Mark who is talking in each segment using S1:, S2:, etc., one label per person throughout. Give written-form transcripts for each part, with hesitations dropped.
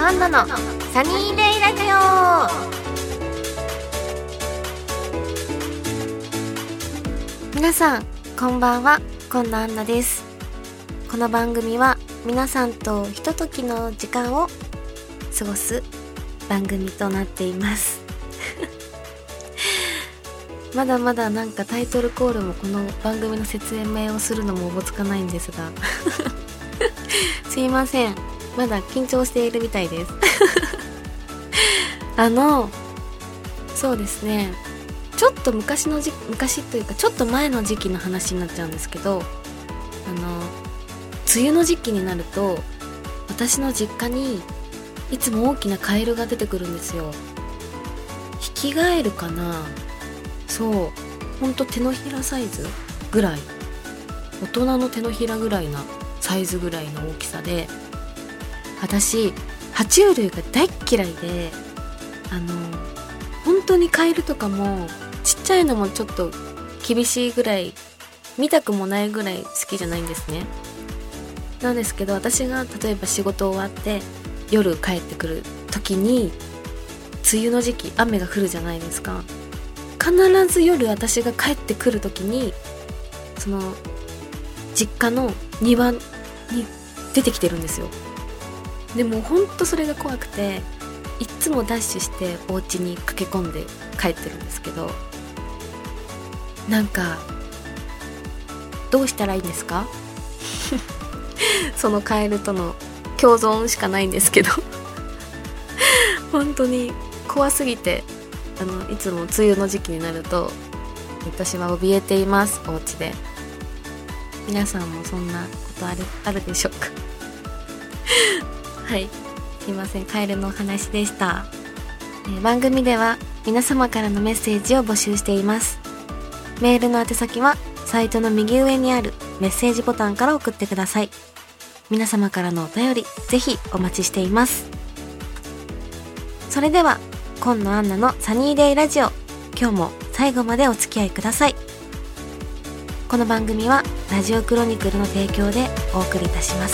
S1: アンナのサニーデイラジオ。皆さんこんばんは、今野アンナです。この番組は皆さんとひとときの時間を過ごす番組となっていますまだまだなんかタイトルコールもこの番組の説明をするのもおぼつかないんですがすいません、まだ緊張しているみたいですそうですね、ちょっと昔というかちょっと前の時期の話になっちゃうんですけど、梅雨の時期になると私の実家にいつも大きなカエルが出てくるんですよ。ヒキガエルかな、そう、ほんと手のひらサイズぐらい、大人の手のひらぐらいなサイズぐらいの大きさで、私爬虫類が大っ嫌いで、本当にカエルとかもちっちゃいのもちょっと厳しいぐらい、見たくもないぐらい好きじゃないんですね。なんですけど、私が例えば仕事終わって夜帰ってくる時に、梅雨の時期雨が降るじゃないですか。必ず夜私が帰ってくる時にその実家の庭に出てきてるんですよ。でもほんとそれが怖くて、いつもダッシュしてお家に駆け込んで帰ってるんですけど、なんかどうしたらいいんですかそのカエルとの共存しかないんですけど本当に怖すぎて、いつも梅雨の時期になると私は怯えています、お家で。皆さんもそんなことあるでしょうかはい、すいません、カエルのお話でした。番組では皆様からのメッセージを募集しています。メールの宛先はサイトの右上にあるメッセージボタンから送ってください。皆様からのお便りぜひお待ちしています。それでは今野アンナのサニーデイラジオ、今日も最後までお付き合いください。この番組はラジオクロニクルの提供でお送りいたします。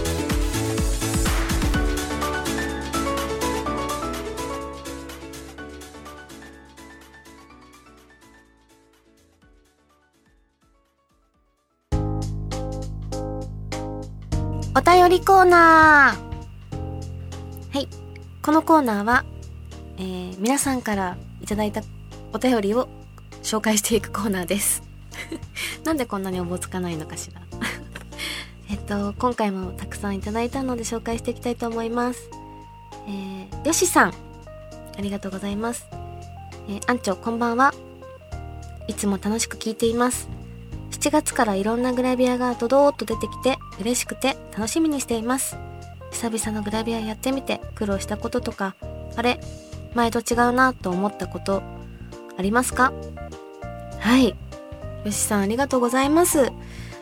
S1: お便りコーナー。はい、このコーナーは、皆さんからいただいたお便りを紹介していくコーナーですなんでこんなにおぼつかないのかしら今回もたくさんいただいたので紹介していきたいと思います。よしさん、ありがとうございます。あんちょこんばんは。いつも楽しく聞いています。7月からいろんなグラビアがドドーッと出てきて嬉しくて楽しみにしています。久々のグラビアやってみて苦労したこととか、あれ前と違うなと思ったことありますか？はい、よしさんありがとうございます。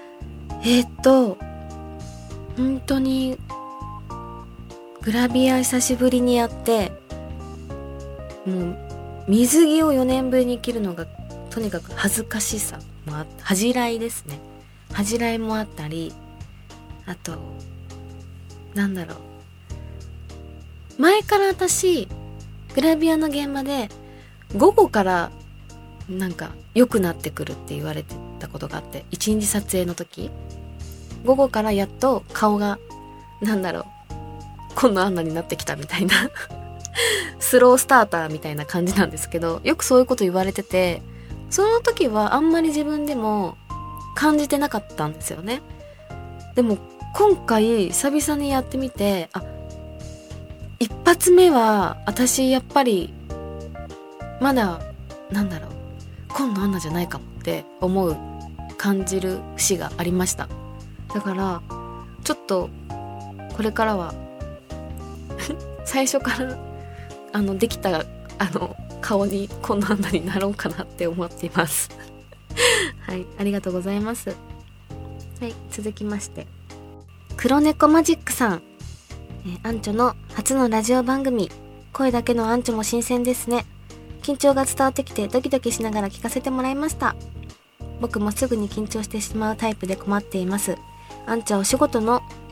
S1: 本当にグラビア久しぶりにやって、もう水着を4年ぶりに着るのがとにかく恥ずかしさもあって、恥じらいですね。恥じらいもあったり、あとなんだろう、前から私グラビアの現場で午後からなんか良くなってくるって言われてたことがあって、一日撮影の時午後からやっと顔がなんだろう、今度アンナになってきたみたいなスロースターターみたいな感じなんですけど、よくそういうこと言われてて、その時はあんまり自分でも感じてなかったんですよね。でも今回久々にやってみて、一発目は私やっぱりまだなんだろう、今野アンナじゃないかもって感じる節がありました。だからちょっとこれからは最初からできた顔に今野アンナになろうかなって思っていますはい、ありがとうございます。はい、続きまして黒猫マジックさん、アンチョの初のラジオ番組、声だけのアンチョも新鮮ですね。緊張が伝わってきてドキドキしながら聞かせてもらいました。僕もすぐに緊張してしまうタイプで困っています。アンチョはお仕事の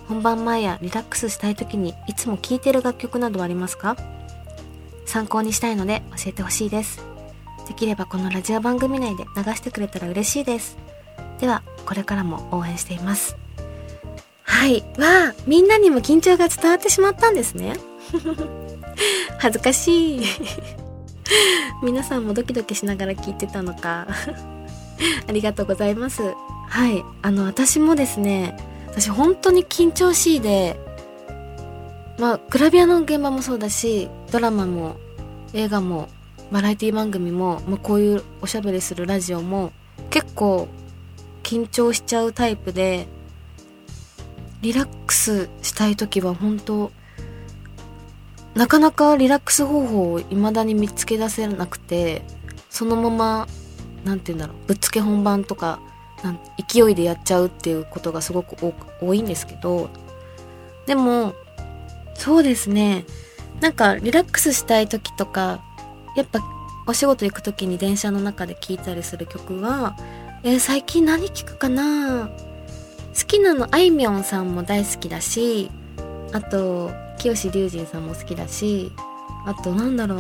S1: 本番前やリラックスしたい時にいつも聴いてる楽曲などはありますか？参考にしたいので教えてほしいです。できればこのラジオ番組内で流してくれたら嬉しいです。ではこれからも応援しています。はい。わあ、みんなにも緊張が伝わってしまったんですね。恥ずかしい。皆さんもドキドキしながら聞いてたのか。ありがとうございます。はい。私もですね、私本当に緊張しいで、グラビアの現場もそうだし、ドラマも映画もバラエティ番組も、こういうおしゃべりするラジオも結構緊張しちゃうタイプで、リラックスしたい時は本当なかなかリラックス方法を未だに見つけ出せなくて、そのままぶっつけ本番とか勢いでやっちゃうっていうことがすごく多いんですけど、でもそうですね、リラックスしたい時とか、やっぱお仕事行く時に電車の中で聴いたりする曲は、最近何聴くかな。好きなのあいみょんさんも大好きだし、あと清志隆人さんも好きだし、あと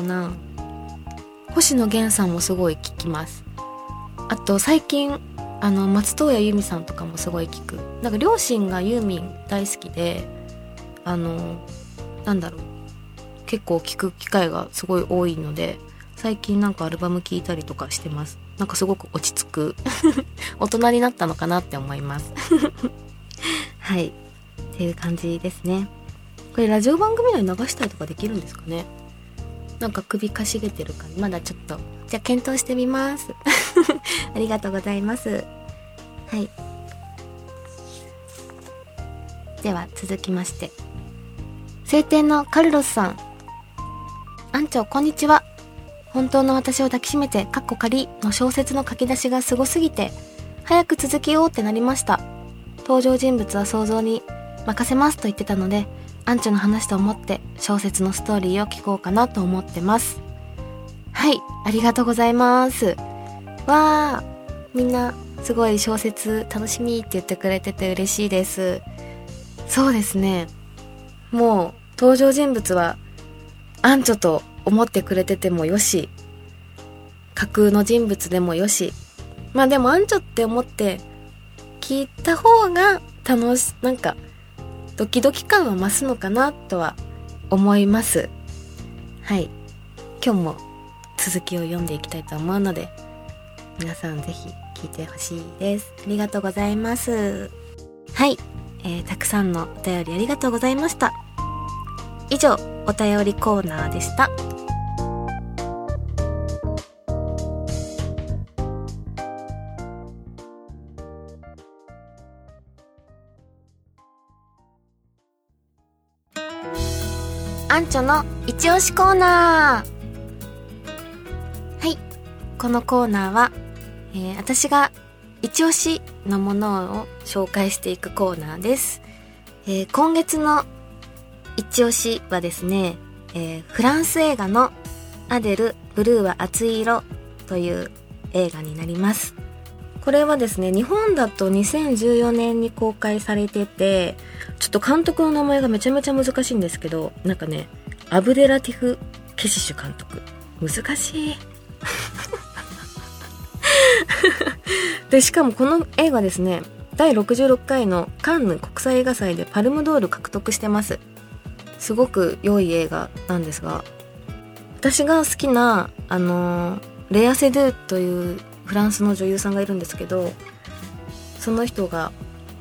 S1: 星野源さんもすごい聴きます。あと最近松任谷由実さんとかもすごい聴く。両親がユーミン大好きで、結構聴く機会がすごい多いので、最近アルバム聴いたりとかしてます。すごく落ち着く大人になったのかなって思います。はい、っていう感じですね。これラジオ番組内流したりとかできるんですかね。首かしげてるかまだちょっと、じゃあ検討してみます。ありがとうございます。はい、では続きまして、晴天のカルロスさん、アンチョこんにちは。本当の私を抱きしめて仮の小説の書き出しがすごすぎて早く続きようってなりました。登場人物は想像に任せますと言ってたので、アンチョの話と思って小説のストーリーを聞こうかなと思ってます。はい、ありがとうございます。わー、みんなすごい小説楽しみって言ってくれてて嬉しいです。そうですね、もう登場人物はアンチョと思ってくれててもよし、架空の人物でもよし、でもアンチョって思って聞いた方がドキドキ感は増すのかなとは思います。はい、今日も続きを読んでいきたいと思うので、皆さんぜひ聞いてほしいです。ありがとうございます。はい、たくさんのお便りありがとうございました。以上、お便りコーナーでした。アンチョの一押しコーナー。はい、このコーナーは、私が一押しのものを紹介していくコーナーです。今月の一押しはですね、フランス映画のアデル、ブルーは熱い色という映画になります。これはですね、日本だと2014年に公開されてて、ちょっと監督の名前がめちゃめちゃ難しいんですけど、アブデラティフ・ケシシュ監督、難しい。で、しかもこの映画ですね、第66回のカンヌ国際映画祭でパルムドール獲得してます。すごく良い映画なんですが、私が好きなレア・セドゥというフランスの女優さんがいるんですけど、その人が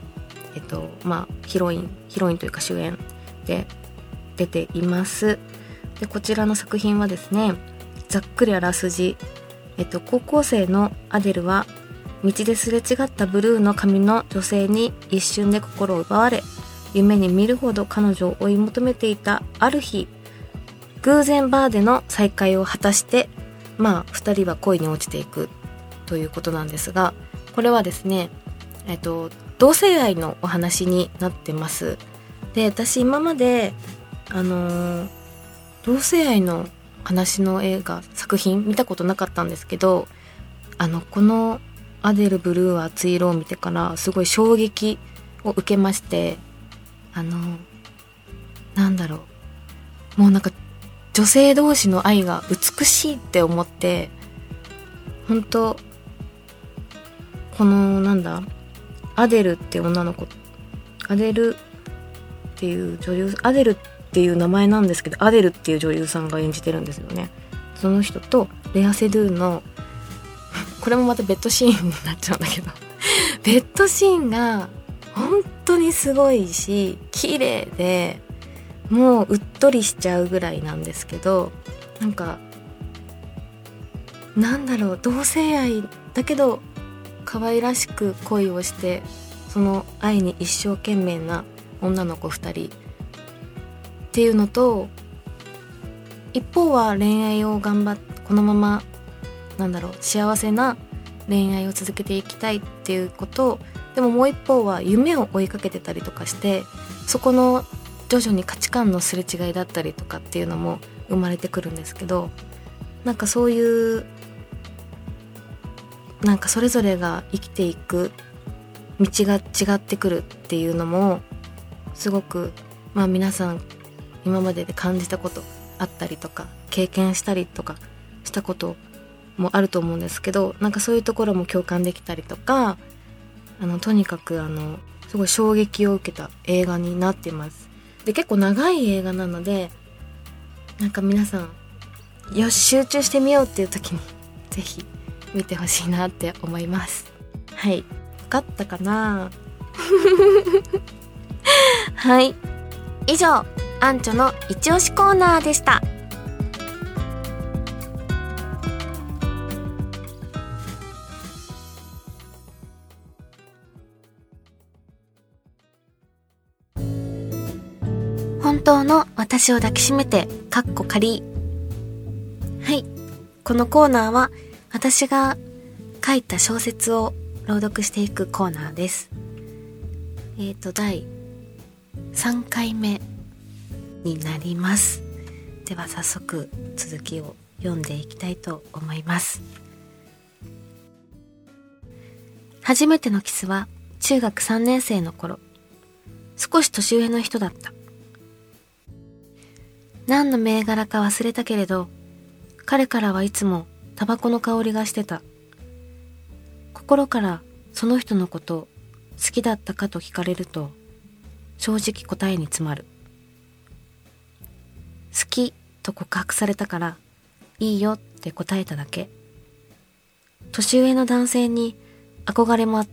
S1: ヒロインというか主演で出ています。で、こちらの作品はですね、ざっくりあらすじ、高校生のアデルは道ですれ違ったブルーの髪の女性に一瞬で心を奪われ、夢に見るほど彼女を追い求めていたある日、偶然バーでの再会を果たして、二人は恋に落ちていくということなんですが、これはですね、同性愛のお話になってます。で、私今まで同性愛の話の作品見たことなかったんですけど、このアデル・ブルーは熱い色を見てからすごい衝撃を受けまして、 なんだろう、もうなんか女性同士の愛が美しいって思って、本当このアデルっていう女の子、アデルっていう女優、アデルっていう名前なんですけど、アデルっていう女優さんが演じてるんですよね。その人とレア・セドゥのこれもまたベッドシーンになっちゃうんだけどベッドシーンが本当にすごいし綺麗で、もううっとりしちゃうぐらいなんですけど、なんか同性愛だけど可愛らしく恋をして、その愛に一生懸命な女の子2人っていうのと、一方は恋愛を頑張ってこのまま幸せな恋愛を続けていきたいっていうこと、でももう一方は夢を追いかけてたりとかして、そこの徐々に価値観のすれ違いだったりとかっていうのも生まれてくるんですけど、なんかそういうそれぞれが生きていく道が違ってくるっていうのもすごく皆さん今までで感じたことあったりとか経験したりとかしたこともあると思うんですけど、そういうところも共感できたりとか、とにかくすごい衝撃を受けた映画になっています。で、結構長い映画なので、皆さんよし集中してみようっていう時にぜひ見てほしいなって思います。はい、分かったかなはい、以上アンチョの一押しコーナーでした。本当の私を抱きしめて仮。はい、このコーナーは私が書いた小説を朗読していくコーナーです。第3回目になります。では早速続きを読んでいきたいと思います。初めてのキスは中学3年生の頃、少し年上の人だった。何の銘柄か忘れたけれど、彼からはいつもタバコの香りがしてた。心からその人のこと好きだったかと聞かれると、正直答えに詰まる。好きと告白されたからいいよって答えただけ。年上の男性に憧れもあった。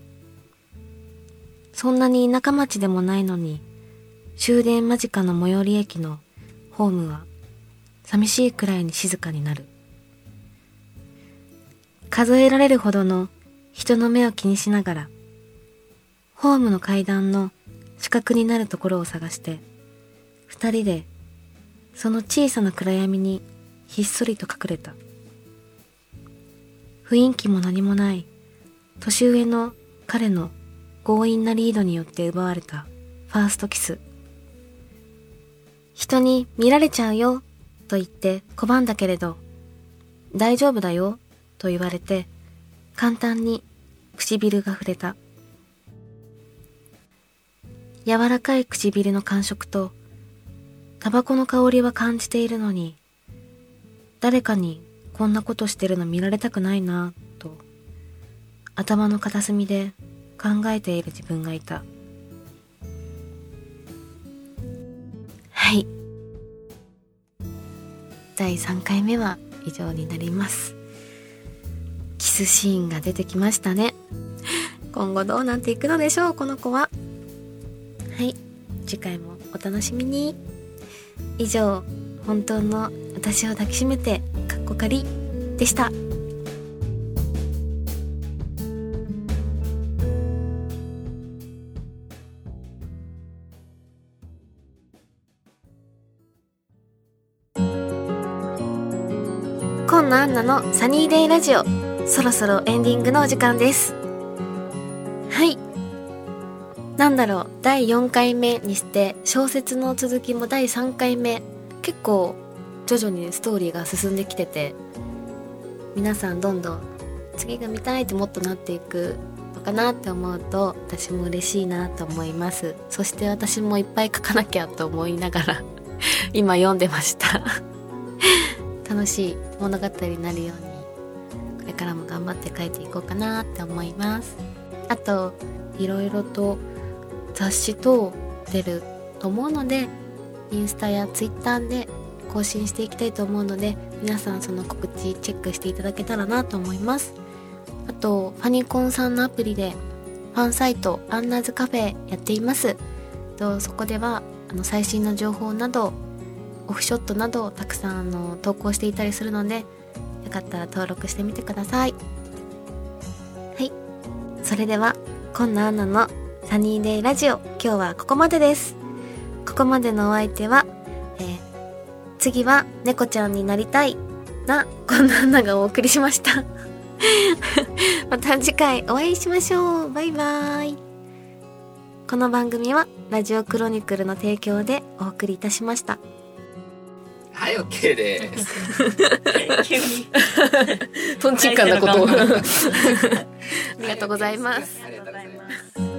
S1: そんなに田舎町でもないのに、終電間近の最寄り駅のホームは寂しいくらいに静かになる。数えられるほどの人の目を気にしながら、ホームの階段の死角になるところを探して、二人でその小さな暗闇にひっそりと隠れた。雰囲気も何もない年上の彼の強引なリードによって奪われたファーストキス。人に見られちゃうよと言って拒んだけれど、大丈夫だよと言われて簡単に唇が触れた。柔らかい唇の感触とタバコの香りは感じているのに、誰かにこんなことしてるの見られたくないなと頭の片隅で考えている自分がいた。はい、第3回目は以上になります。キスシーンが出てきましたね。今後どうなっていくのでしょう、この子は。はい、次回もお楽しみに。以上、本当の私を抱きしめて仮でした。今野アンナのサニーデイラジオ、そろそろエンディングのお時間です。はい、第4回目にして小説の続きも第3回目、結構徐々にストーリーが進んできてて、皆さんどんどん次が見たいってもっとなっていくのかなって思うと私も嬉しいなと思います。そして私もいっぱい書かなきゃと思いながら今読んでました楽しい物語になるようにこれからも頑張って書いていこうかなって思います。あといろいろと雑誌等出ると思うのでインスタやツイッターで更新していきたいと思うので皆さんその告知チェックしていただけたらなと思います。あとファニコンさんのアプリでファンサイトアンナズカフェやっています。そこでは最新の情報などオフショットなどたくさん投稿していたりするのでよかったら登録してみてください。はい、それでは今野アンナのサニーデイラジオ今日はここまでです。ここまでのお相手は、次は猫ちゃんになりたいな今野アンナがお送りしましたまた次回お会いしましょう。バイバイ。この番組はラジオクロニクルの提供でお送りいたしました。
S2: はい、OK です。
S3: 急に
S1: とんちんかんなことをありがとうございます。
S2: ありがとうございます。